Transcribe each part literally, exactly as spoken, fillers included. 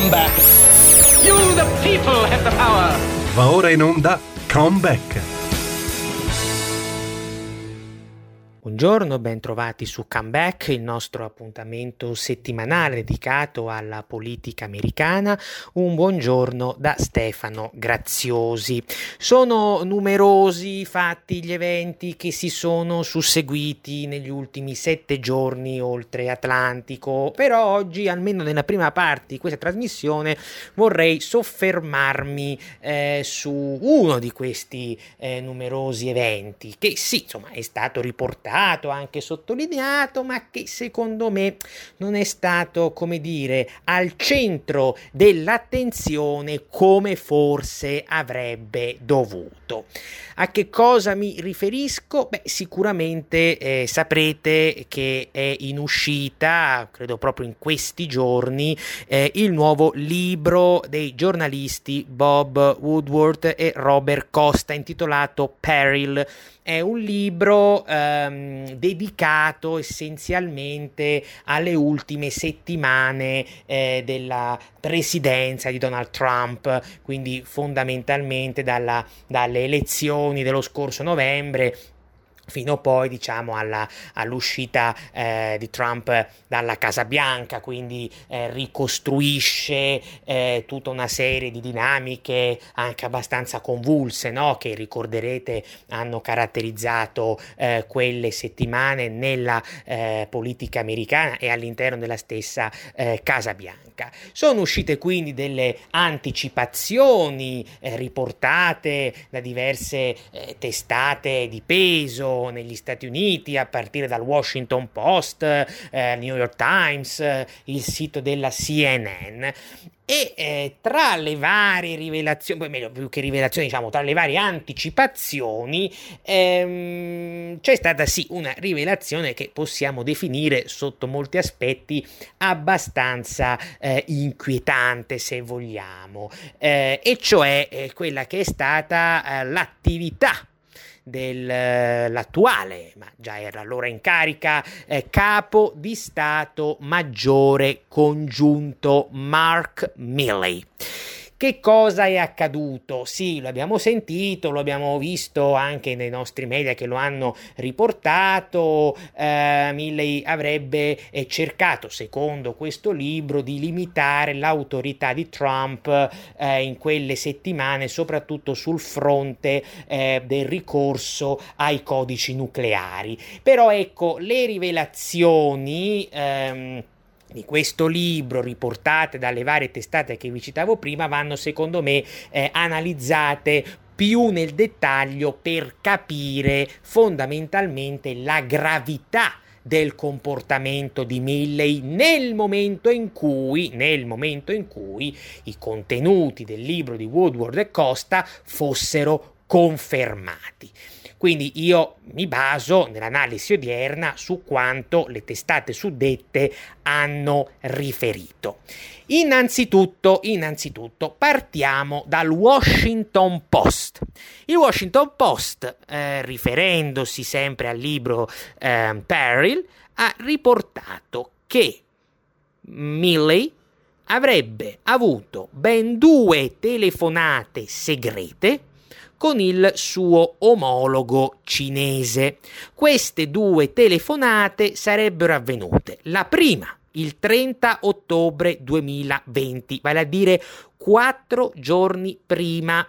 Comeback. You the people have the power. Va ora in onda Comeback. Buongiorno, ben trovati su Comeback, il nostro appuntamento settimanale dedicato alla politica americana. Un buongiorno da Stefano Graziosi. Sono numerosi fatti gli eventi che si sono susseguiti negli ultimi sette giorni oltre Atlantico, però oggi, almeno nella prima parte di questa trasmissione, vorrei soffermarmi eh, su uno di questi eh, numerosi eventi che sì, insomma, è stato riportato, anche sottolineato, ma che secondo me non è stato, come dire, al centro dell'attenzione come forse avrebbe dovuto. A che cosa mi riferisco? Beh, sicuramente eh, saprete che è in uscita, credo proprio in questi giorni, eh, il nuovo libro dei giornalisti Bob Woodward e Robert Costa, intitolato Peril. È un libro ehm, dedicato essenzialmente alle ultime settimane eh, della presidenza di Donald Trump, quindi fondamentalmente dalla, dalle elezioni dello scorso novembre fino poi, diciamo, alla, all'uscita eh, di Trump dalla Casa Bianca, quindi eh, ricostruisce eh, tutta una serie di dinamiche anche abbastanza convulse, no? Che ricorderete hanno caratterizzato eh, quelle settimane nella eh, politica americana e all'interno della stessa eh, Casa Bianca. Sono uscite quindi delle anticipazioni eh, riportate da diverse eh, testate di peso negli Stati Uniti, a partire dal Washington Post, eh, New York Times, eh, il sito della C N N. E eh, tra le varie rivelazioni, meglio più che rivelazioni, diciamo, tra le varie anticipazioni, ehm, c'è stata sì una rivelazione che possiamo definire sotto molti aspetti abbastanza eh, inquietante, se vogliamo, eh, e cioè eh, quella che è stata eh, l'attività dell'attuale, ma già era allora in carica, eh, capo di Stato Maggiore Congiunto Mark Milley. Che cosa è accaduto? Sì, lo abbiamo sentito, lo abbiamo visto anche nei nostri media che lo hanno riportato. Eh, Milley avrebbe eh, cercato, secondo questo libro, di limitare l'autorità di Trump eh, in quelle settimane, soprattutto sul fronte eh, del ricorso ai codici nucleari. Però ecco, le rivelazioni ehm, di questo libro, riportate dalle varie testate che vi citavo prima, vanno secondo me eh, analizzate più nel dettaglio per capire fondamentalmente la gravità del comportamento di Milley nel momento in cui nel momento in cui i contenuti del libro di Woodward e Costa fossero confermati. Quindi io mi baso nell'analisi odierna su quanto le testate suddette hanno riferito. Innanzitutto, innanzitutto partiamo dal Washington Post. Il Washington Post, eh, riferendosi sempre al libro eh, Peril, ha riportato che Milley avrebbe avuto ben due telefonate segrete con il suo omologo cinese. Queste due telefonate sarebbero avvenute. La prima il trenta ottobre duemilaventi, vale a dire quattro giorni prima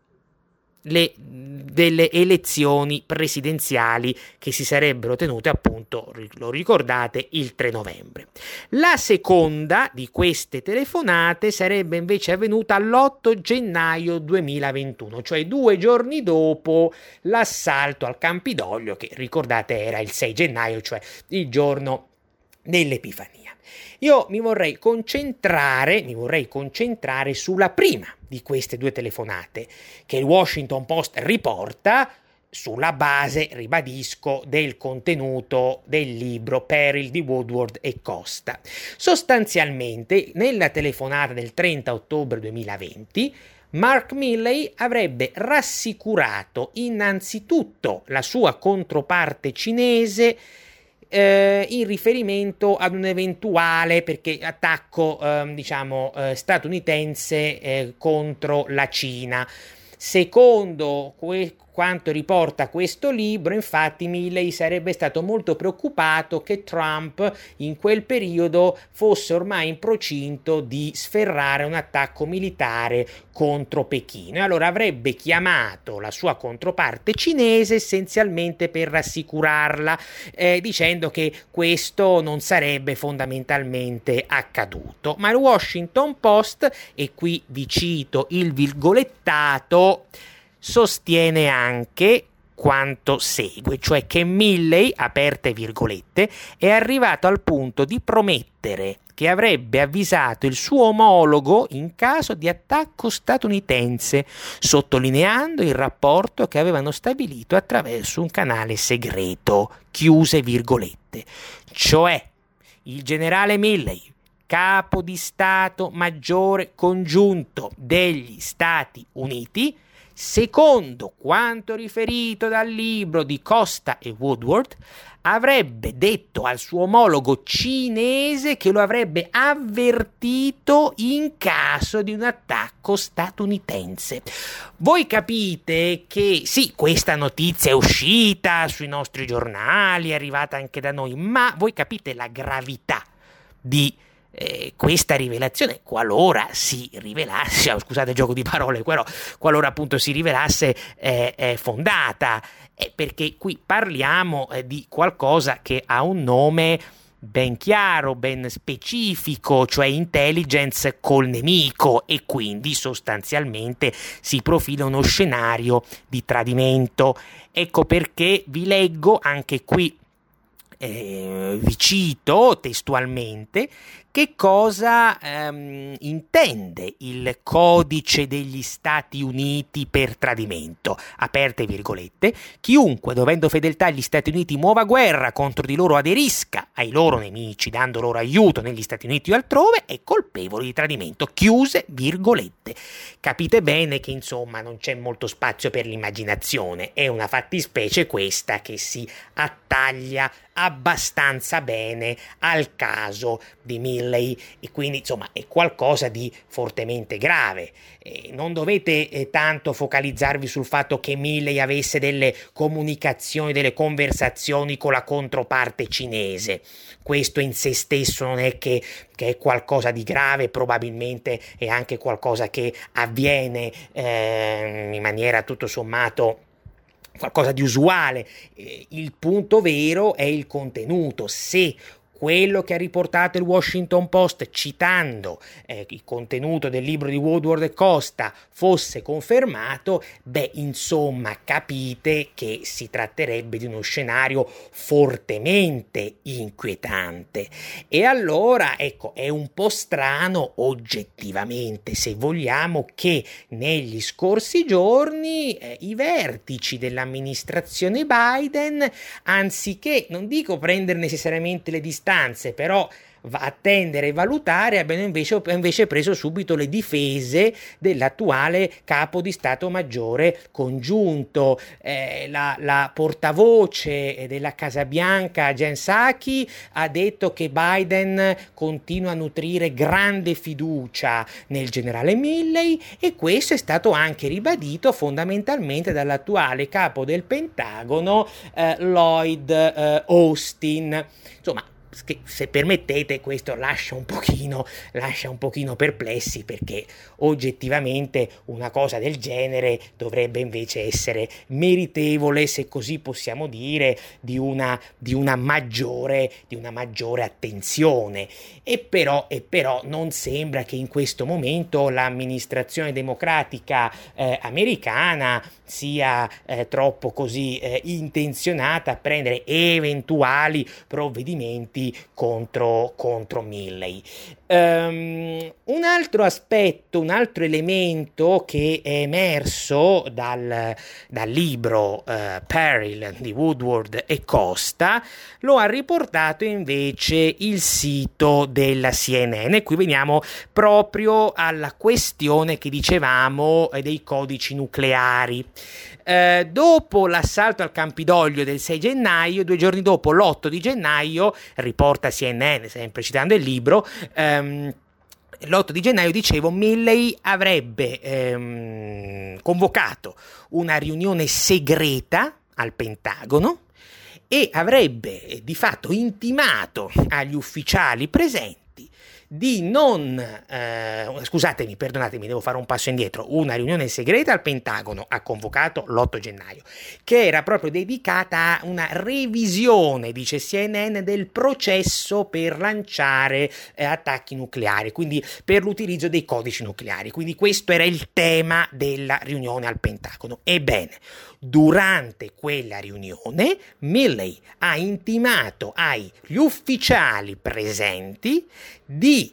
le, delle elezioni presidenziali che si sarebbero tenute, appunto, lo ricordate, il tre novembre. La seconda di queste telefonate sarebbe invece avvenuta l'otto gennaio duemilaventuno, cioè due giorni dopo l'assalto al Campidoglio, che ricordate era il sei gennaio, cioè il giorno dell'Epifania. Io mi vorrei concentrare, mi vorrei concentrare sulla prima di queste due telefonate, che il Washington Post riporta sulla base, ribadisco, del contenuto del libro Peril di Woodward e Costa. Sostanzialmente, nella telefonata del trenta ottobre duemilaventi, Mark Milley avrebbe rassicurato innanzitutto la sua controparte cinese eh, in riferimento ad un eventuale perché attacco eh, diciamo eh, statunitense eh, contro la Cina. Secondo que- quanto riporta questo libro, infatti, Milley sarebbe stato molto preoccupato che Trump in quel periodo fosse ormai in procinto di sferrare un attacco militare contro Pechino e allora avrebbe chiamato la sua controparte cinese essenzialmente per rassicurarla, eh, dicendo che questo non sarebbe fondamentalmente accaduto. Ma il Washington Post, e qui vi cito il virgolettato, sostiene anche quanto segue, cioè che Milley, aperte virgolette, è arrivato al punto di promettere che avrebbe avvisato il suo omologo in caso di attacco statunitense, sottolineando il rapporto che avevano stabilito attraverso un canale segreto, chiuse virgolette. Cioè, il generale Milley, capo di Stato Maggiore Congiunto degli Stati Uniti, secondo quanto riferito dal libro di Costa e Woodward, avrebbe detto al suo omologo cinese che lo avrebbe avvertito in caso di un attacco statunitense. Voi capite che sì, questa notizia è uscita sui nostri giornali, è arrivata anche da noi, ma voi capite la gravità di Eh, questa rivelazione, qualora si rivelasse, oh, scusate il gioco di parole, però, qualora appunto si rivelasse eh, eh, fondata, eh, perché qui parliamo eh, di qualcosa che ha un nome ben chiaro, ben specifico, cioè intelligence col nemico, e quindi sostanzialmente si profila uno scenario di tradimento. Ecco perché vi leggo anche qui, Eh, vi cito testualmente che cosa ehm, intende il codice degli Stati Uniti per tradimento, aperte virgolette: chiunque dovendo fedeltà agli Stati Uniti muova guerra contro di loro, aderisca ai loro nemici dando loro aiuto negli Stati Uniti o altrove, è colpevole di tradimento, chiuse virgolette. Capite bene che insomma non c'è molto spazio per l'immaginazione, è una fattispecie questa che si attaglia abbastanza bene al caso di Milley e quindi insomma è qualcosa di fortemente grave. Eh, non dovete eh, tanto focalizzarvi sul fatto che Milley avesse delle comunicazioni, delle conversazioni con la controparte cinese. Questo in sé stesso non è che, che è qualcosa di grave, probabilmente è anche qualcosa che avviene eh, in maniera tutto sommato qualcosa di usuale. Eh, il punto vero è il contenuto. Se quello che ha riportato il Washington Post citando eh, il contenuto del libro di Woodward e Costa fosse confermato, beh, insomma, capite che si tratterebbe di uno scenario fortemente inquietante. E allora, ecco, è un po' strano oggettivamente, se vogliamo, che negli scorsi giorni eh, i vertici dell'amministrazione Biden, anziché, non dico prendere necessariamente le distanze, però attendere e valutare, abbiano invece, invece preso subito le difese dell'attuale capo di Stato Maggiore Congiunto. Eh, la, la portavoce della Casa Bianca, Jen Psaki, ha detto che Biden continua a nutrire grande fiducia nel generale Milley, e questo è stato anche ribadito fondamentalmente dall'attuale capo del Pentagono, eh, Lloyd eh, Austin. Insomma, che, se permettete, questo lascia un pochino lascia un pochino perplessi, perché oggettivamente una cosa del genere dovrebbe invece essere meritevole, se così possiamo dire, di una di una maggiore di una maggiore attenzione. E però e però non sembra che in questo momento l'amministrazione democratica eh, americana sia eh, troppo così eh, intenzionata a prendere eventuali provvedimenti quindi contro, contro Milley. Um, un altro aspetto, un altro elemento che è emerso dal, dal libro uh, Peril di Woodward e Costa lo ha riportato invece il sito della C N N. Qui veniamo proprio alla questione che dicevamo eh, dei codici nucleari. Eh, dopo l'assalto al Campidoglio del sei gennaio, due giorni dopo, l'otto di gennaio, riporta C N N, sempre citando il libro, ehm, l'otto di gennaio, dicevo, Milley avrebbe ehm, convocato una riunione segreta al Pentagono e avrebbe eh, di fatto intimato agli ufficiali presenti di non, eh, scusatemi, perdonatemi, devo fare un passo indietro, una riunione segreta al Pentagono ha convocato l'otto gennaio, che era proprio dedicata a una revisione, dice C N N, del processo per lanciare eh, attacchi nucleari, quindi per l'utilizzo dei codici nucleari. Quindi questo era il tema della riunione al Pentagono. Ebbene, durante quella riunione Milley ha intimato agli ufficiali presenti di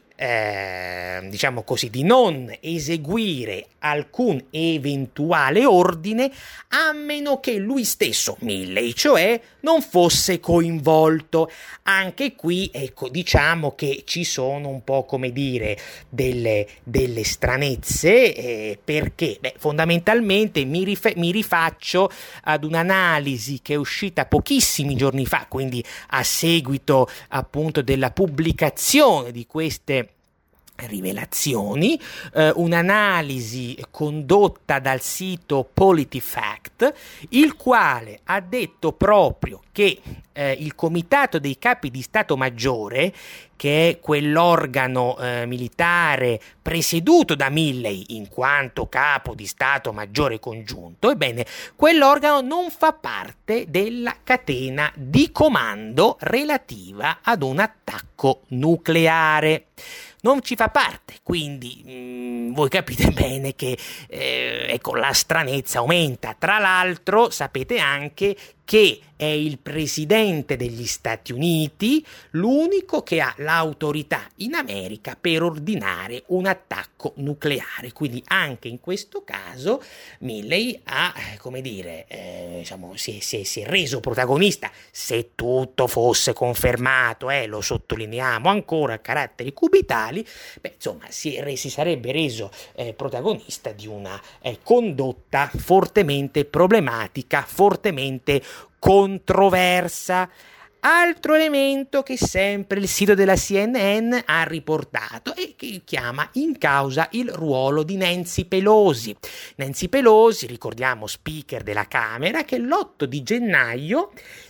eh, diciamo così, di non eseguire alcun eventuale ordine a meno che lui stesso, Milley, cioè, non fosse coinvolto. Anche qui, ecco, diciamo che ci sono un po', come dire, delle, delle stranezze, eh, perché beh, fondamentalmente mi, rif- mi rifaccio ad un'analisi che è uscita pochissimi giorni fa, quindi a seguito appunto della pubblicazione di queste rivelazioni, eh, un'analisi condotta dal sito PolitiFact, il quale ha detto proprio che eh, il Comitato dei Capi di Stato Maggiore, che è quell'organo eh, militare presieduto da Milley in quanto capo di Stato Maggiore congiunto, ebbene, quell'organo non fa parte della catena di comando relativa ad un attacco nucleare. Non ci fa parte, quindi mh, voi capite bene che eh, ecco, la stranezza aumenta. Tra l'altro sapete anche che è il presidente degli Stati Uniti l'unico che ha l'autorità in America per ordinare un attacco nucleare, quindi anche in questo caso Milley ha, come dire, eh, diciamo, si è, si, è, si è reso protagonista, se tutto fosse confermato, eh, lo sottolineiamo ancora a caratteri cubitali, beh, insomma si, è, si sarebbe reso eh, protagonista di una eh, condotta fortemente problematica, fortemente controversa. Altro elemento che sempre il sito della C N N ha riportato e che chiama in causa il ruolo di Nancy Pelosi. Nancy Pelosi, ricordiamo, speaker della Camera, che l'otto di gennaio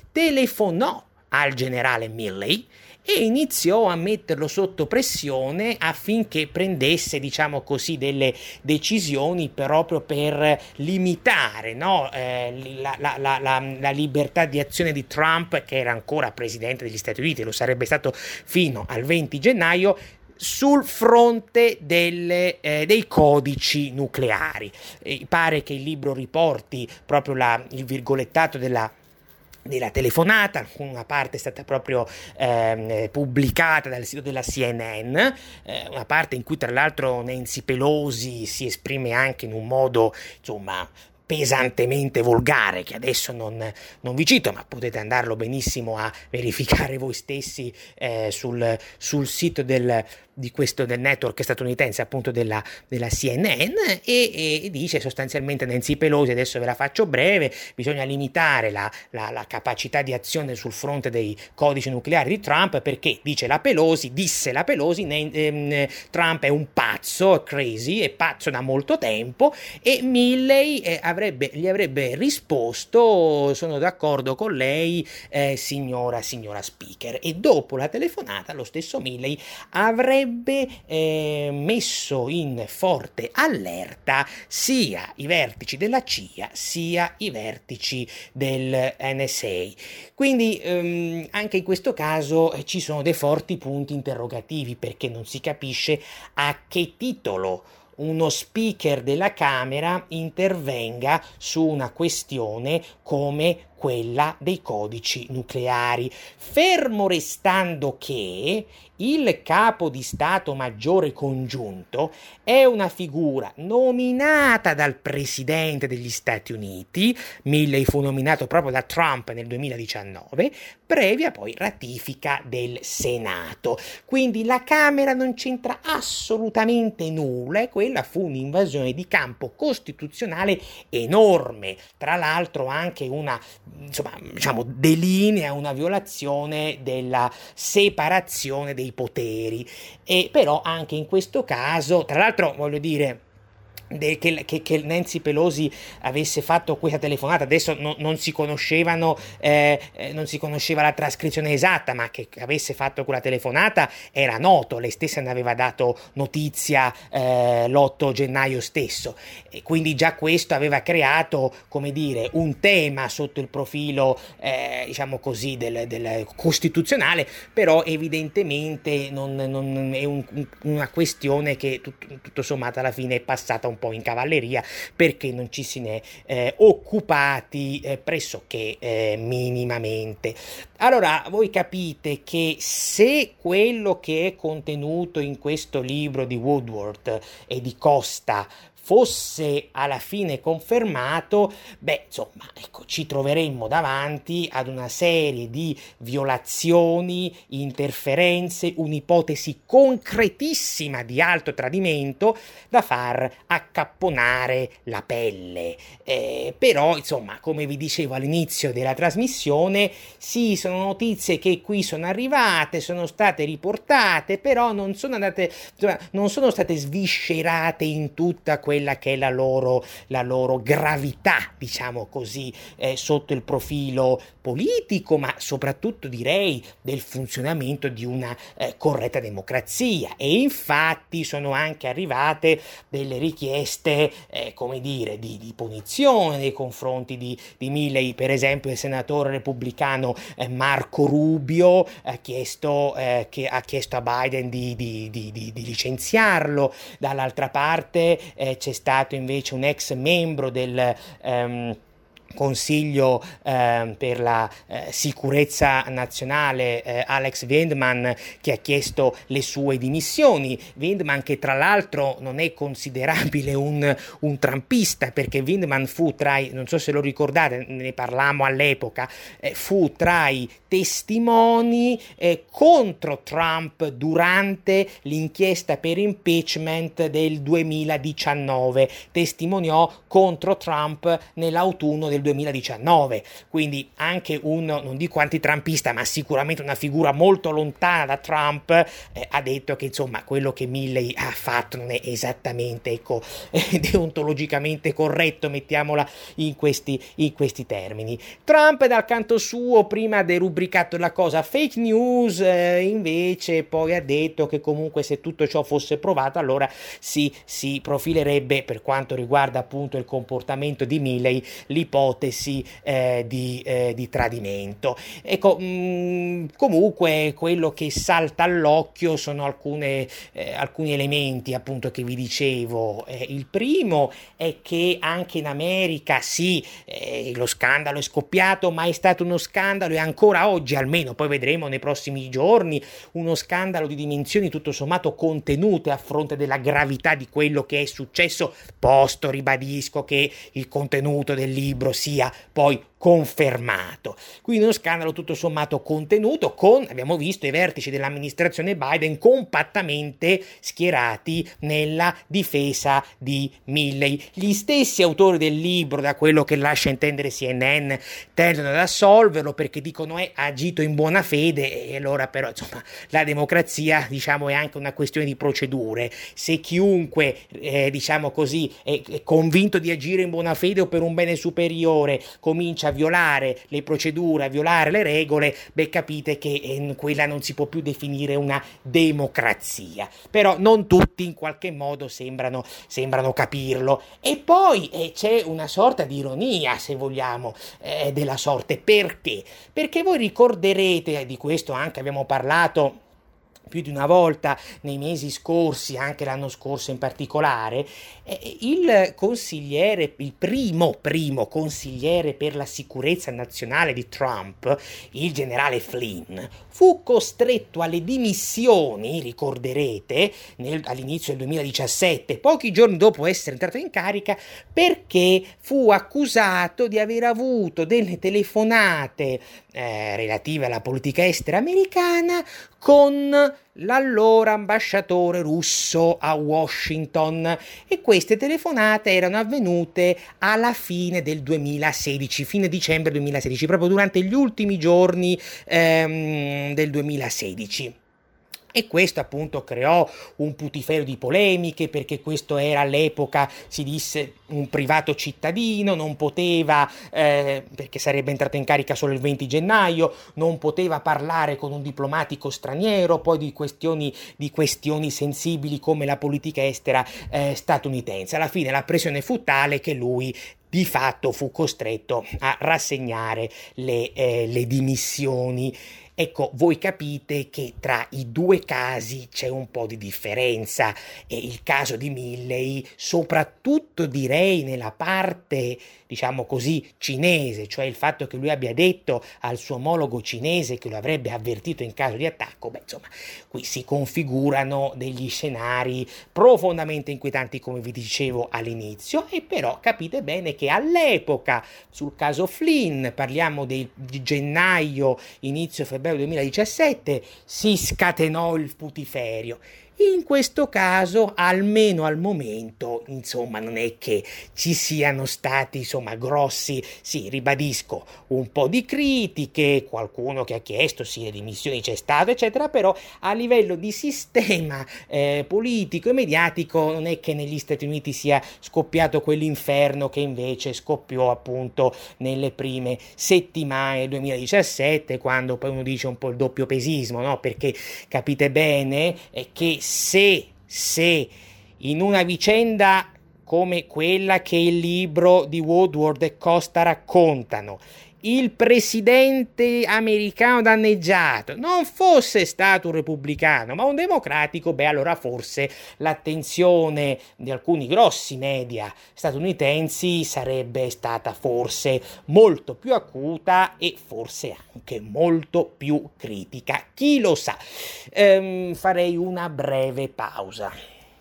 telefonò al generale Milley e iniziò a metterlo sotto pressione affinché prendesse, diciamo così, delle decisioni proprio per limitare, no, eh, la, la, la, la, la libertà di azione di Trump, che era ancora presidente degli Stati Uniti, lo sarebbe stato fino al venti gennaio, sul fronte delle, eh, dei codici nucleari. E pare che il libro riporti proprio la, il virgolettato della della telefonata, una parte è stata proprio eh, pubblicata dal sito della C N N, eh, una parte in cui tra l'altro Nancy Pelosi si esprime anche in un modo, insomma, pesantemente volgare, che adesso non, non vi cito, ma potete andarlo benissimo a verificare voi stessi eh, sul, sul sito del, di questo, del network statunitense, appunto della, della C N N, e, e dice sostanzialmente Nancy Pelosi, adesso ve la faccio breve, bisogna limitare la, la, la capacità di azione sul fronte dei codici nucleari di Trump, perché, dice la Pelosi, disse la Pelosi, ne, ehm, Trump è un pazzo, è crazy, è pazzo da molto tempo, e Milley eh, avrebbe gli avrebbe risposto: sono d'accordo con lei, eh, signora, signora speaker. E dopo la telefonata lo stesso Milley avrebbe eh, messo in forte allerta sia i vertici della C I A sia i vertici del N S A. Quindi ehm, anche in questo caso eh, ci sono dei forti punti interrogativi, perché non si capisce a che titolo uno speaker della Camera intervenga su una questione come quella dei codici nucleari, fermo restando che il capo di Stato Maggiore Congiunto è una figura nominata dal Presidente degli Stati Uniti. Milley fu nominato proprio da Trump nel duemiladiciannove, previa poi ratifica del Senato. Quindi la Camera non c'entra assolutamente nulla e quella fu un'invasione di campo costituzionale enorme. Tra l'altro anche una, insomma, diciamo, delinea una violazione della separazione dei poteri, e però anche in questo caso, tra l'altro voglio dire De, che, che, che Nancy Pelosi avesse fatto questa telefonata, adesso no, non si conoscevano eh, non si conosceva la trascrizione esatta, ma che avesse fatto quella telefonata era noto, lei stessa ne aveva dato notizia eh, l'otto gennaio stesso, e quindi già questo aveva creato, come dire, un tema sotto il profilo eh, diciamo così del, del costituzionale, però evidentemente non, non è un, una questione che tutto, tutto sommato alla fine è passata un po' in cavalleria, perché non ci se ne è eh, occupati eh, pressoché eh, minimamente. Allora voi capite che se quello che è contenuto in questo libro di Woodward e di Costa fosse alla fine confermato, beh, insomma, ecco, ci troveremmo davanti ad una serie di violazioni, interferenze, un'ipotesi concretissima di alto tradimento da far accapponare la pelle. Eh, però, insomma, come vi dicevo all'inizio della trasmissione, sì, sono notizie che qui sono arrivate, sono state riportate, però non sono andate, insomma, non sono state sviscerate in tutta quella che è la loro, la loro gravità, diciamo così, eh, sotto il profilo politico, ma soprattutto direi del funzionamento di una eh, corretta democrazia. E infatti sono anche arrivate delle richieste, eh, come dire, di, di punizione nei confronti di, di Milley. Per esempio il senatore repubblicano eh, Marco Rubio ha chiesto, eh, che, ha chiesto a Biden di, di, di, di, di licenziarlo. Dall'altra parte eh, c'è stato invece un ex membro del um, Consiglio eh, per la eh, sicurezza nazionale, eh, Alex Vindman, che ha chiesto le sue dimissioni. Vindman, che tra l'altro non è considerabile un, un trumpista, perché Vindman fu tra i, non so se lo ricordate, ne parlammo all'epoca, eh, fu tra i testimoni eh, contro Trump durante l'inchiesta per impeachment del duemiladiciannove, testimoniò contro Trump nell'autunno del duemiladiciannove, quindi anche un, non dico antitrumpista, ma sicuramente una figura molto lontana da Trump, eh, ha detto che insomma quello che Milley ha fatto non è esattamente, ecco, eh, deontologicamente corretto, mettiamola in questi, in questi termini. Trump dal canto suo prima ha derubricato la cosa fake news, eh, invece poi ha detto che comunque se tutto ciò fosse provato allora si, si profilerebbe, per quanto riguarda appunto il comportamento di Milley, l'ipotesi eh, di, eh, di tradimento. Ecco, mh, comunque quello che salta all'occhio sono alcune, eh, alcuni elementi appunto che vi dicevo. Eh, il primo è che anche in America sì, eh, lo scandalo è scoppiato, ma è stato uno scandalo, e ancora oggi almeno, poi vedremo nei prossimi giorni, uno scandalo di dimensioni tutto sommato contenute a fronte della gravità di quello che è successo. Posto, ribadisco che il contenuto del libro sia poi confermato. Quindi uno scandalo tutto sommato contenuto, con, abbiamo visto, i vertici dell'amministrazione Biden compattamente schierati nella difesa di Milley. Gli stessi autori del libro, da quello che lascia intendere C N N, tendono ad assolverlo perché dicono è agito in buona fede, e allora però insomma la democrazia, diciamo, è anche una questione di procedure. Se chiunque eh, diciamo così è, è convinto di agire in buona fede o per un bene superiore comincia a violare le procedure, a violare le regole, beh, capite che eh, quella non si può più definire una democrazia. Però non tutti in qualche modo sembrano, sembrano capirlo. E poi eh, c'è una sorta di ironia, se vogliamo, eh, della sorte. Perché? Perché voi ricorderete, di questo anche abbiamo parlato più di una volta nei mesi scorsi, anche l'anno scorso in particolare, eh, il consigliere, il primo, primo consigliere per la sicurezza nazionale di Trump, il generale Flynn, fu costretto alle dimissioni, ricorderete, nel, all'inizio del duemiladiciassette, pochi giorni dopo essere entrato in carica, perché fu accusato di aver avuto delle telefonate eh, relative alla politica estera americana con l'allora ambasciatore russo a Washington, e queste telefonate erano avvenute alla fine del duemilasedici, fine dicembre duemilasedici, proprio durante gli ultimi giorni ehm, del duemilasedici. E questo appunto creò un putiferio di polemiche, perché questo era all'epoca, si disse, un privato cittadino, non poteva, eh, perché sarebbe entrato in carica solo il venti gennaio, non poteva parlare con un diplomatico straniero, poi di questioni, di questioni sensibili come la politica estera eh, statunitense. Alla fine la pressione fu tale che lui di fatto fu costretto a rassegnare le, eh, le dimissioni. Ecco, voi capite che tra i due casi c'è un po' di differenza, e il caso di Milley, soprattutto direi nella parte, diciamo così, cinese, cioè il fatto che lui abbia detto al suo omologo cinese che lo avrebbe avvertito in caso di attacco, beh, insomma, qui si configurano degli scenari profondamente inquietanti, come vi dicevo all'inizio, e però capite bene che all'epoca, sul caso Flynn, parliamo di gennaio, inizio febbraio duemiladiciassette, si scatenò il putiferio. In questo caso, almeno al momento, insomma, non è che ci siano stati, insomma, grossi, sì, ribadisco, un po' di critiche, qualcuno che ha chiesto, sì, le dimissioni c'è stato, eccetera, però a livello di sistema eh, politico e mediatico non è che negli Stati Uniti sia scoppiato quell'inferno che invece scoppiò appunto nelle prime settimane del duemiladiciassette, quando poi uno dice un po' il doppio pesismo, no? Perché capite bene eh, che se, se in una vicenda come quella che il libro di Woodward e Costa raccontano, il presidente americano danneggiato non fosse stato un repubblicano ma un democratico, beh, allora forse l'attenzione di alcuni grossi media statunitensi sarebbe stata forse molto più acuta e forse anche molto più critica. Chi lo sa? Ehm, farei una breve pausa.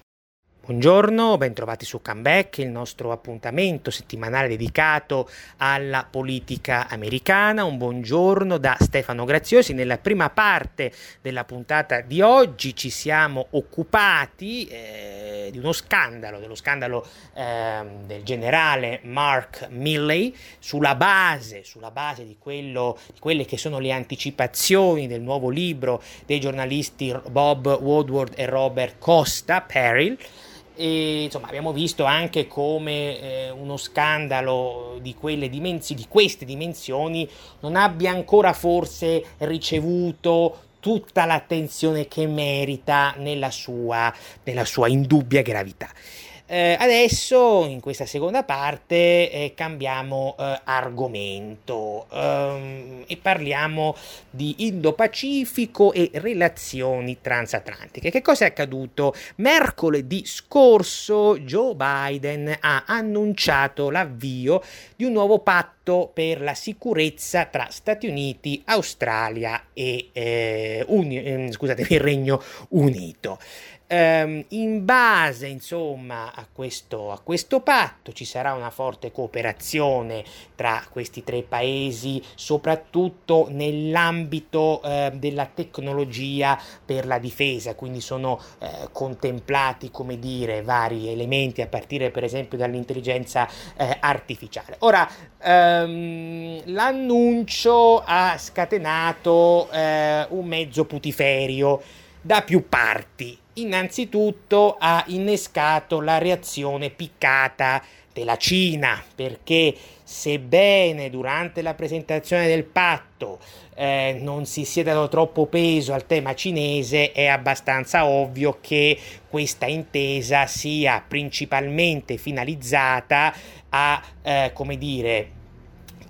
Buongiorno, bentrovati su Comeback, il nostro appuntamento settimanale dedicato alla politica americana. Un buongiorno da Stefano Graziosi. Nella prima parte della puntata di oggi ci siamo occupati eh, di uno scandalo, dello scandalo eh, del generale Mark Milley, sulla base, sulla base di, quello, di quelle che sono le anticipazioni del nuovo libro dei giornalisti Bob Woodward e Robert Costa, Peril. E insomma abbiamo visto anche come eh, uno scandalo di quelle dimensioni, di queste dimensioni, non abbia ancora forse ricevuto tutta l'attenzione che merita nella sua, nella sua indubbia gravità. Eh, adesso in questa seconda parte eh, cambiamo eh, argomento ehm, e parliamo di Indo-Pacifico e relazioni transatlantiche. Che cosa è accaduto? Mercoledì scorso Joe Biden ha annunciato l'avvio di un nuovo patto per la sicurezza tra Stati Uniti, Australia e eh, Uni- eh, scusate, il Regno Unito. Um, in base insomma a questo, a questo patto ci sarà una forte cooperazione tra questi tre paesi, soprattutto nell'ambito eh, della tecnologia per la difesa, quindi sono eh, contemplati, come dire, vari elementi a partire per esempio dall'intelligenza eh, artificiale. Ora um, l'annuncio ha scatenato eh, un mezzo putiferio da più parti. Innanzitutto ha innescato la reazione piccata della Cina, perché sebbene durante la presentazione del patto eh, non si sia dato troppo peso al tema cinese, è abbastanza ovvio che questa intesa sia principalmente finalizzata a, eh, come dire,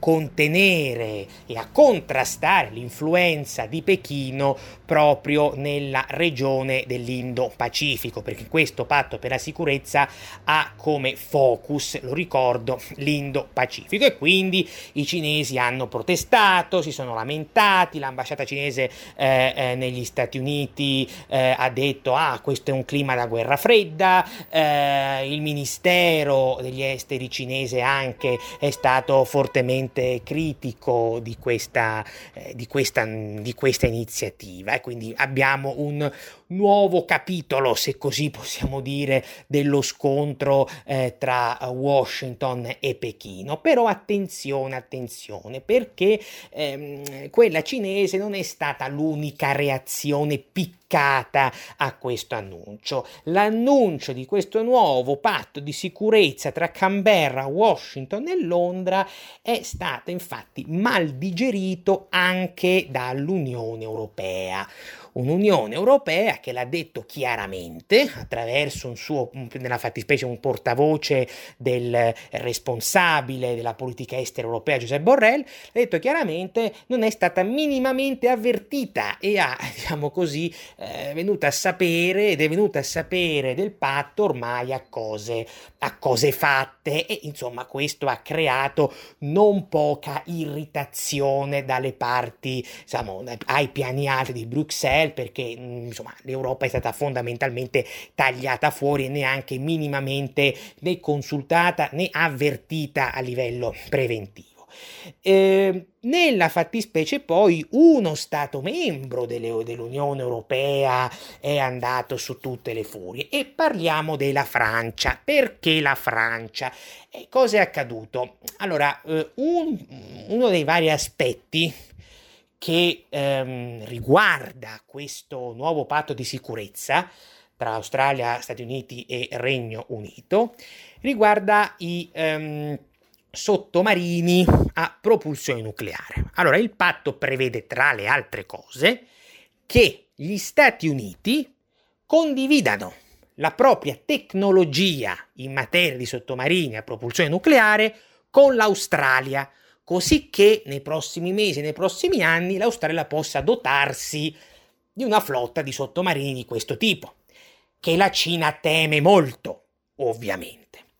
contenere e a contrastare l'influenza di Pechino proprio nella regione dell'Indo-Pacifico, perché questo patto per la sicurezza ha come focus, lo ricordo, l'Indo-Pacifico, e quindi i cinesi hanno protestato, si sono lamentati, l'ambasciata cinese eh, eh, negli Stati Uniti eh, ha detto ah questo è un clima da guerra fredda, eh, il ministero degli esteri cinese anche è stato fortemente critico di questa, eh, di questa, di questa iniziativa, e quindi abbiamo un nuovo capitolo, se così possiamo dire, dello scontro eh, tra Washington e Pechino. Però attenzione, attenzione, perché ehm, quella cinese non è stata l'unica reazione piccata a questo annuncio. L'annuncio di questo nuovo patto di sicurezza tra Canberra, Washington e Londra è stato infatti mal digerito anche dall'Unione Europea. Un'Unione Europea che l'ha detto chiaramente attraverso un suo, nella fattispecie un portavoce del responsabile della politica estera europea Josep Borrell, ha detto chiaramente non è stata minimamente avvertita e ha, diciamo così, eh, venuta a sapere ed è venuta a sapere del patto ormai a cose, a cose fatte, e insomma questo ha creato non poca irritazione dalle parti, diciamo, ai piani alti di Bruxelles, perché insomma l'Europa è stata fondamentalmente tagliata fuori e neanche minimamente né consultata né avvertita a livello preventivo. Eh, nella fattispecie poi uno Stato membro delle, dell'Unione Europea è andato su tutte le furie, e parliamo della Francia. Perché la Francia? Eh, cosa è accaduto? Allora, eh, un, uno dei vari aspetti che ehm, riguarda questo nuovo patto di sicurezza tra Australia, Stati Uniti e Regno Unito riguarda i ehm, sottomarini a propulsione nucleare. Allora, il patto prevede, tra le altre cose, che gli Stati Uniti condividano la propria tecnologia in materia di sottomarini a propulsione nucleare con l'Australia, così che nei prossimi mesi e nei prossimi anni l'Australia possa dotarsi di una flotta di sottomarini di questo tipo, che la Cina teme molto, ovviamente.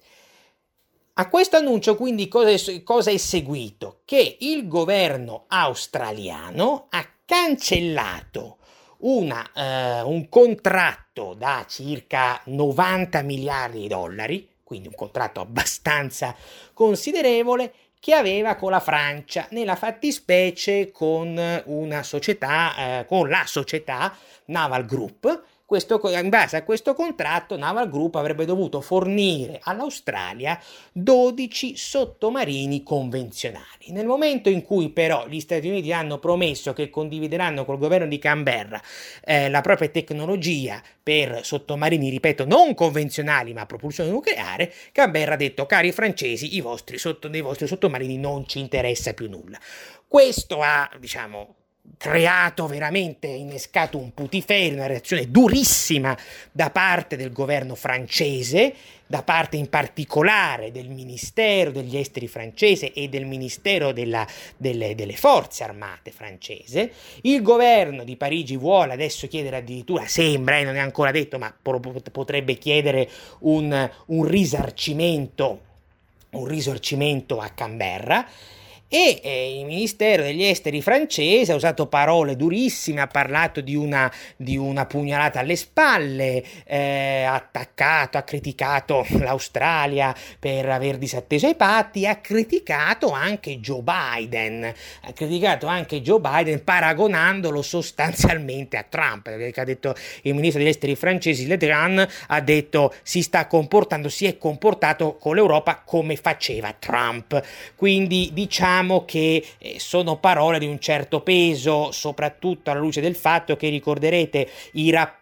A questo annuncio quindi cosa è, cosa è seguito? Che il governo australiano ha cancellato una, eh, un contratto da circa novanta miliardi di dollari, quindi un contratto abbastanza considerevole, che aveva con la Francia, nella fattispecie con una società, eh, con la società Naval Group. Questo, in base a questo contratto Naval Group avrebbe dovuto fornire all'Australia dodici sottomarini convenzionali. Nel momento in cui però gli Stati Uniti hanno promesso che condivideranno col governo di Canberra eh, la propria tecnologia per sottomarini, ripeto, non convenzionali ma a propulsione nucleare, Canberra ha detto: cari francesi, i vostri, sotto, dei vostri sottomarini non ci interessa più nulla. Questo ha, diciamo, creato veramente, innescato un putiferio, una reazione durissima da parte del governo francese, da parte in particolare del Ministero degli Esteri francese e del Ministero della, delle, delle Forze Armate francese. Il governo di Parigi vuole adesso chiedere addirittura, sembra, e eh, non è ancora detto, ma potrebbe chiedere un, un risarcimento, un risarcimento a Canberra. E eh, il Ministero degli Esteri francese ha usato parole durissime, ha parlato di una, di una pugnalata alle spalle, eh, ha attaccato, ha criticato l'Australia per aver disatteso i patti, ha criticato anche Joe Biden, ha criticato anche Joe Biden paragonandolo sostanzialmente a Trump, perché ha detto il Ministro degli Esteri francese Le Drian, ha detto si sta comportando, si è comportato con l'Europa come faceva Trump, quindi diciamo che sono parole di un certo peso, soprattutto alla luce del fatto che ricorderete i rapporti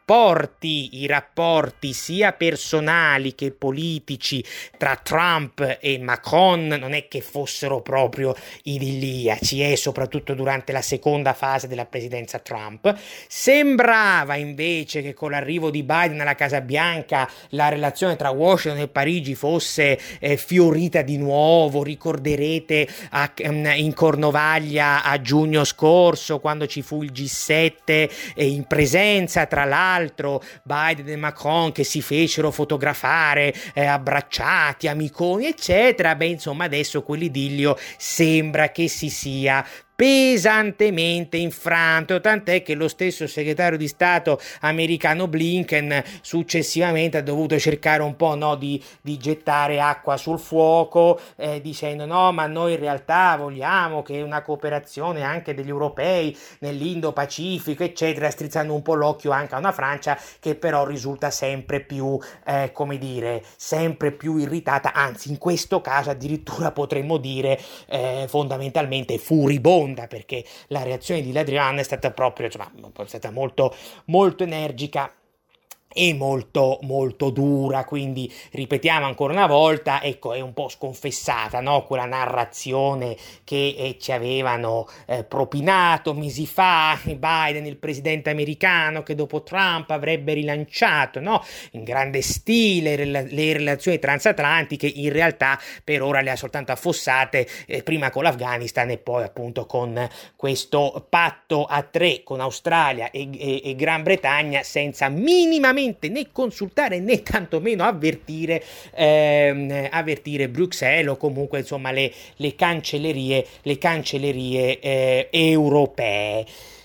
rapporti, i rapporti sia personali che politici tra Trump e Macron non è che fossero proprio idilliaci, e soprattutto durante la seconda fase della presidenza Trump. Sembrava invece che con l'arrivo di Biden alla Casa Bianca la relazione tra Washington e Parigi fosse eh, fiorita di nuovo. Ricorderete a, in Cornovaglia a giugno scorso, quando ci fu il G sette, e in presenza tra l'altro Biden e Macron che si fecero fotografare eh, abbracciati, amiconi eccetera. Beh, insomma, adesso quell'idillio sembra che si sia pesantemente infranto, tant'è che lo stesso segretario di Stato americano Blinken successivamente ha dovuto cercare un po', no, di, di gettare acqua sul fuoco, eh, dicendo no, ma noi in realtà vogliamo che una cooperazione anche degli europei nell'Indo-Pacifico eccetera, strizzando un po' l'occhio anche a una Francia che però risulta sempre più eh, come dire, sempre più irritata, anzi in questo caso addirittura potremmo dire eh, fondamentalmente furibonda, perché la reazione di Le Drian è stata proprio, insomma, è stata molto molto energica e molto molto dura. Quindi ripetiamo ancora una volta, ecco, è un po' sconfessata, no, quella narrazione che eh, ci avevano eh, propinato mesi fa Biden, il presidente americano, che dopo Trump avrebbe rilanciato, no, in grande stile rela- le relazioni transatlantiche. In realtà per ora le ha soltanto affossate, eh, prima con l'Afghanistan e poi appunto con questo patto a tre con Australia e, e, e Gran Bretagna, senza minimamente né consultare né tantomeno avvertire ehm, avvertire Bruxelles o comunque insomma le, le cancellerie le cancellerie eh, europee.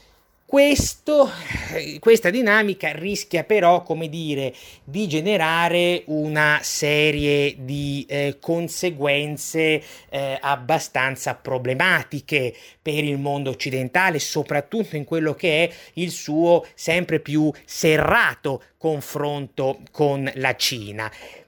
Questo, questa dinamica rischia però, come dire, di generare una serie di eh, conseguenze eh, abbastanza problematiche per il mondo occidentale, soprattutto in quello che è il suo sempre più serrato confronto con la Cina.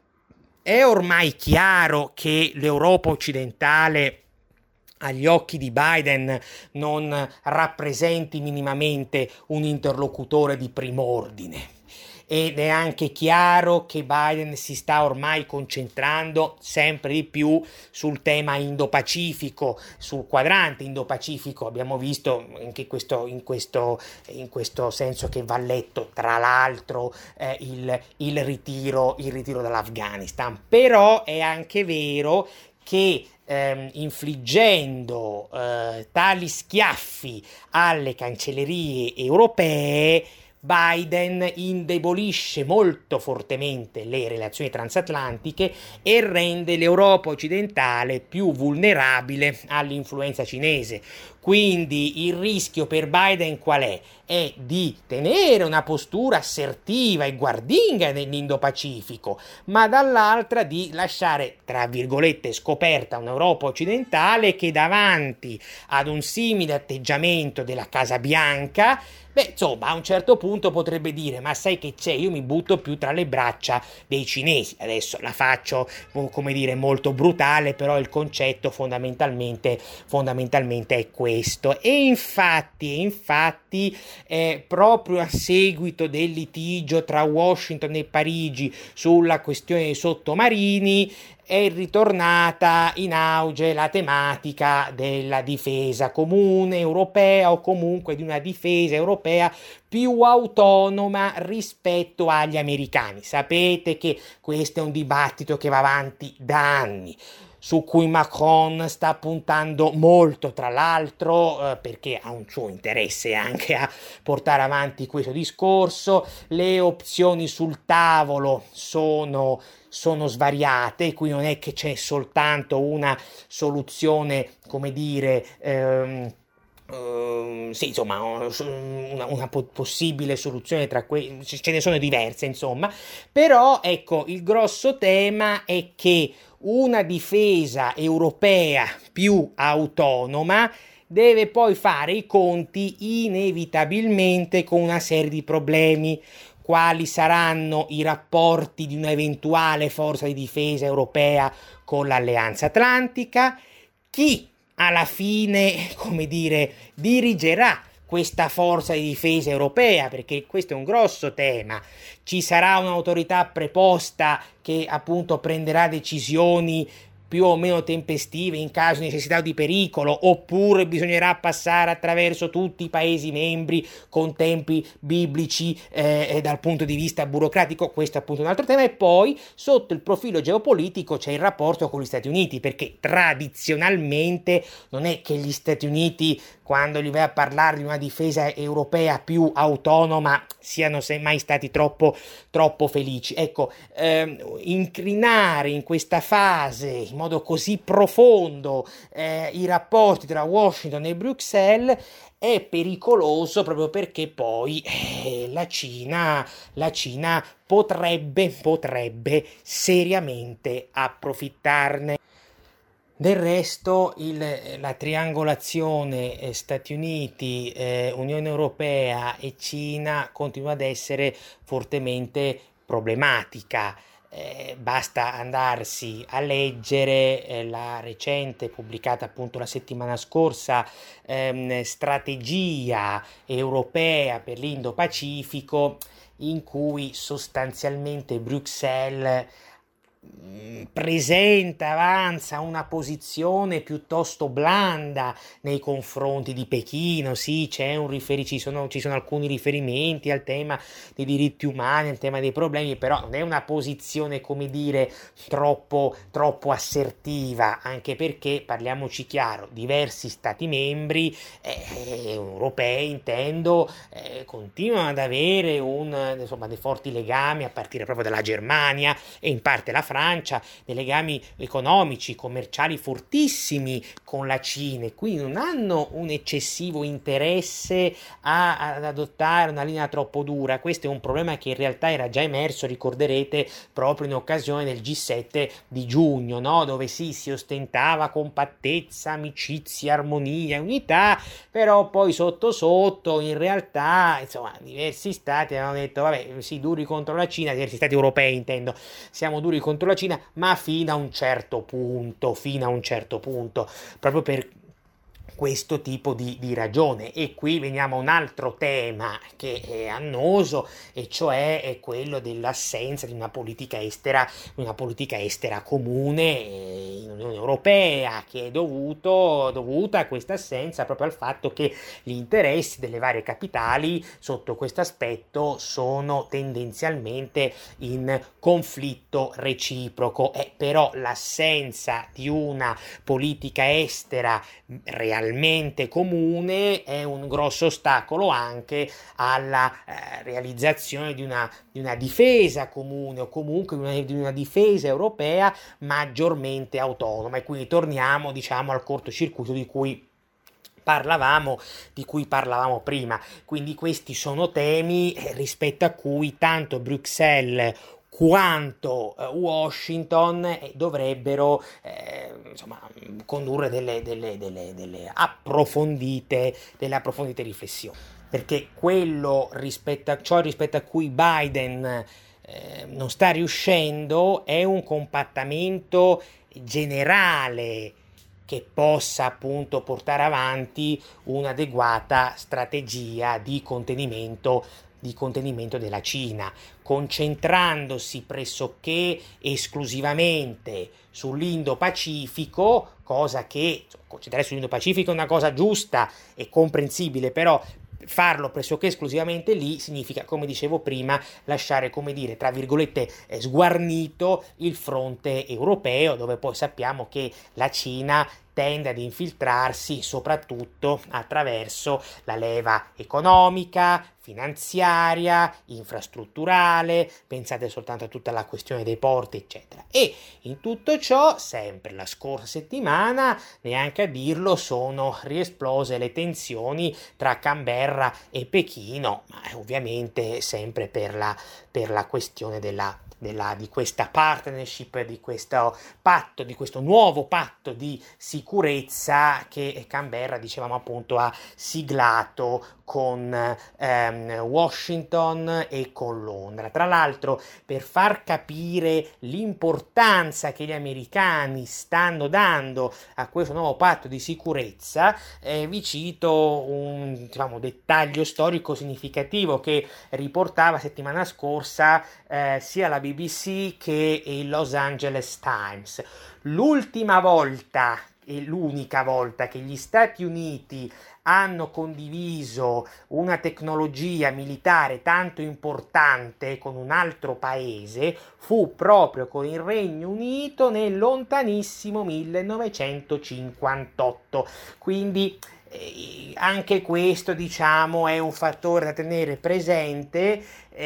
È ormai chiaro che l'Europa occidentale agli occhi di Biden non rappresenti minimamente un interlocutore di prim'ordine, ed è anche chiaro che Biden si sta ormai concentrando sempre di più sul tema Indo-Pacifico, sul quadrante Indo-Pacifico. Abbiamo visto anche questo, in, questo, in questo senso che va letto tra l'altro eh, il, il ritiro, il ritiro dall'Afghanistan. Però è anche vero che Ehm, infliggendo eh, tali schiaffi alle cancellerie europee, Biden indebolisce molto fortemente le relazioni transatlantiche e rende l'Europa occidentale più vulnerabile all'influenza cinese. Quindi il rischio per Biden qual è? È di tenere una postura assertiva e guardinga nell'Indo-Pacifico, ma dall'altra di lasciare, tra virgolette, scoperta un'Europa occidentale che davanti ad un simile atteggiamento della Casa Bianca, beh, insomma, a un certo punto potrebbe dire, ma sai che c'è, io mi butto più tra le braccia dei cinesi. Adesso la faccio, come dire, molto brutale, però il concetto fondamentalmente, fondamentalmente è questo. E infatti, e infatti, eh, proprio a seguito del litigio tra Washington e Parigi sulla questione dei sottomarini, è ritornata in auge la tematica della difesa comune europea, o comunque di una difesa europea più autonoma rispetto agli americani. Sapete che questo è un dibattito che va avanti da anni, su cui Macron sta puntando molto, tra l'altro, eh, perché ha un suo interesse anche a portare avanti questo discorso. Le opzioni sul tavolo sono sono svariate, qui non è che c'è soltanto una soluzione, come dire, ehm, Uh, sì, insomma, una, una po- possibile soluzione tra que- ce ne sono diverse, insomma. Però ecco, il grosso tema è che una difesa europea più autonoma deve poi fare i conti inevitabilmente con una serie di problemi. Quali saranno i rapporti di un'eventuale forza di difesa europea con l'Alleanza Atlantica? Chi alla fine, come dire, dirigerà questa forza di difesa europea, perché questo è un grosso tema. Ci sarà un'autorità preposta che appunto prenderà decisioni più o meno tempestive in caso di necessità o di pericolo, oppure bisognerà passare attraverso tutti i Paesi membri con tempi biblici eh, dal punto di vista burocratico. Questo è appunto un altro tema. E poi sotto il profilo geopolitico c'è il rapporto con gli Stati Uniti, perché tradizionalmente non è che gli Stati Uniti, quando gli vai a parlare di una difesa europea più autonoma, siano mai stati troppo, troppo felici. Ecco, ehm, incrinare in questa fase in modo così profondo eh, i rapporti tra Washington e Bruxelles è pericoloso, proprio perché poi eh, la Cina, la Cina potrebbe, potrebbe seriamente approfittarne. Del resto il, la triangolazione eh, Stati Uniti, eh, Unione Europea e Cina continua ad essere fortemente problematica. Eh, basta andarsi a leggere eh, la recente, pubblicata appunto la settimana scorsa, ehm, strategia europea per l'Indo-Pacifico, in cui sostanzialmente Bruxelles presenta, avanza una posizione piuttosto blanda nei confronti di Pechino. Sì, c'è un riferi- ci sono, ci sono alcuni riferimenti al tema dei diritti umani, al tema dei problemi, però non è una posizione, come dire, troppo, troppo assertiva, anche perché, parliamoci chiaro, diversi stati membri eh, europei, intendo, eh, continuano ad avere un, insomma, dei forti legami, a partire proprio dalla Germania e in parte la Francia, Francia, dei legami economici, commerciali fortissimi con la Cina, e quindi non hanno un eccessivo interesse a, ad adottare una linea troppo dura. Questo è un problema che in realtà era già emerso, ricorderete, proprio in occasione del G sette di giugno, no? Dove sì, si ostentava compattezza, amicizia, armonia, unità, però poi sotto sotto in realtà, insomma, diversi stati hanno detto vabbè, sì, duri contro la Cina, diversi stati europei intendo, siamo duri contro la Cina, ma fino a un certo punto, fino a un certo punto, proprio per questo tipo di, di ragione. E qui veniamo a un altro tema che è annoso, e cioè è quello dell'assenza di una politica estera, una politica estera comune in Unione Europea, che è dovuto, dovuta a questa assenza proprio al fatto che gli interessi delle varie capitali sotto questo aspetto sono tendenzialmente in conflitto reciproco. E però l'assenza di una politica estera realmente comune è un grosso ostacolo anche alla eh, realizzazione di una, di una difesa comune, o comunque di una, di una difesa europea maggiormente autonoma. E quindi torniamo, diciamo, al cortocircuito di cui parlavamo, di cui parlavamo prima. Quindi questi sono temi eh, rispetto a cui tanto Bruxelles quanto eh, Washington eh, dovrebbero eh, insomma, condurre delle, delle, delle, delle, approfondite, delle approfondite riflessioni, perché quello rispetto a ciò rispetto a cui Biden eh, non sta riuscendo è un compattamento generale che possa appunto portare avanti un'adeguata strategia di contenimento di contenimento della Cina, concentrandosi pressoché esclusivamente sull'Indo-Pacifico, cosa che, concentrarsi sull'Indo-Pacifico è una cosa giusta e comprensibile, però farlo pressoché esclusivamente lì significa, come dicevo prima, lasciare, come dire, tra virgolette, eh, sguarnito il fronte europeo, dove poi sappiamo che la Cina tende ad infiltrarsi soprattutto attraverso la leva economica, finanziaria, infrastrutturale, pensate soltanto a tutta la questione dei porti, eccetera. E in tutto ciò, sempre la scorsa settimana, neanche a dirlo, sono riesplose le tensioni tra Canberra e Pechino, ma ovviamente sempre per la, per la questione della Della, di questa partnership, di questo patto, di questo nuovo patto di sicurezza sicurezza che Canberra, dicevamo appunto, ha siglato con ehm, Washington e con Londra. Tra l'altro, per far capire l'importanza che gli americani stanno dando a questo nuovo patto di sicurezza, eh, vi cito un diciamo, dettaglio storico significativo che riportava settimana scorsa eh, sia la B B C che il Los Angeles Times. L'ultima volta e l'unica volta che gli Stati Uniti hanno condiviso una tecnologia militare tanto importante con un altro paese fu proprio con il Regno Unito nel lontanissimo millenovecentocinquantotto. Quindi eh, anche questo, diciamo, è un fattore da tenere presente,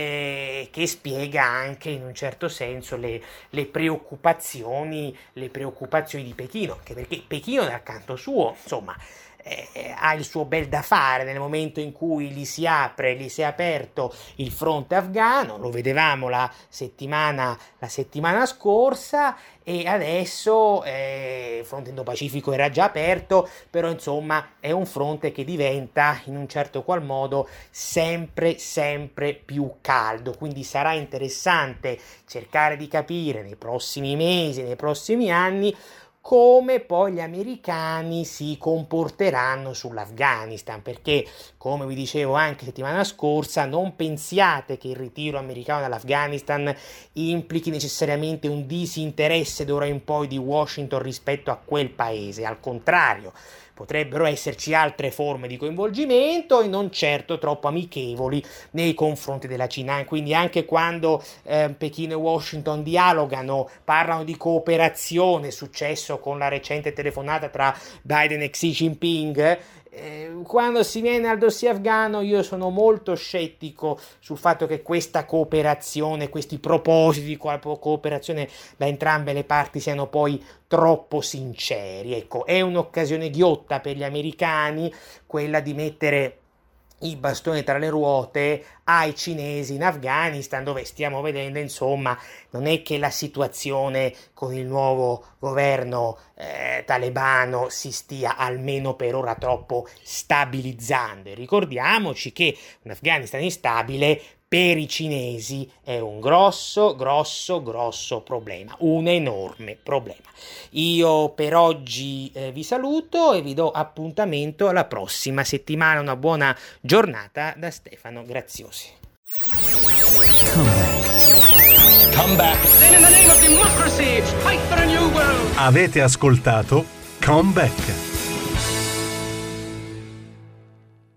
eh, che spiega anche in un certo senso le, le preoccupazioni le preoccupazioni di Pechino, anche perché Pechino dal canto suo, insomma, Eh, ha il suo bel da fare nel momento in cui gli si apre, gli si è aperto il fronte afghano. Lo vedevamo la settimana, la settimana scorsa, e adesso eh, il fronte Indo-Pacifico era già aperto, però insomma è un fronte che diventa in un certo qual modo sempre sempre più caldo, quindi sarà interessante cercare di capire nei prossimi mesi, nei prossimi anni, come poi gli americani si comporteranno sull'Afghanistan, perché, come vi dicevo anche settimana scorsa, non pensiate che il ritiro americano dall'Afghanistan implichi necessariamente un disinteresse d'ora in poi di Washington rispetto a quel paese. Al contrario, potrebbero esserci altre forme di coinvolgimento e non certo troppo amichevoli nei confronti della Cina. Quindi anche quando eh, Pechino e Washington dialogano, parlano di cooperazione, successo con la recente telefonata tra Biden e Xi Jinping, eh, quando si viene al dossier afghano io sono molto scettico sul fatto che questa cooperazione, questi propositi di cooperazione da entrambe le parti siano poi troppo sinceri. Ecco, è un'occasione ghiotta per gli americani quella di mettere i bastoni tra le ruote ai cinesi in Afghanistan, dove stiamo vedendo, insomma, non è che la situazione con il nuovo governo eh, talebano si stia, almeno per ora, troppo stabilizzando. E ricordiamoci che un Afghanistan instabile per i cinesi è un grosso, grosso, grosso problema, un enorme problema. Io per oggi eh, vi saluto e vi do appuntamento alla prossima settimana. Una buona giornata da Stefano Graziosi. Come back. Come back. Then in the name of democracy, fight for a new world. Avete ascoltato Come Back.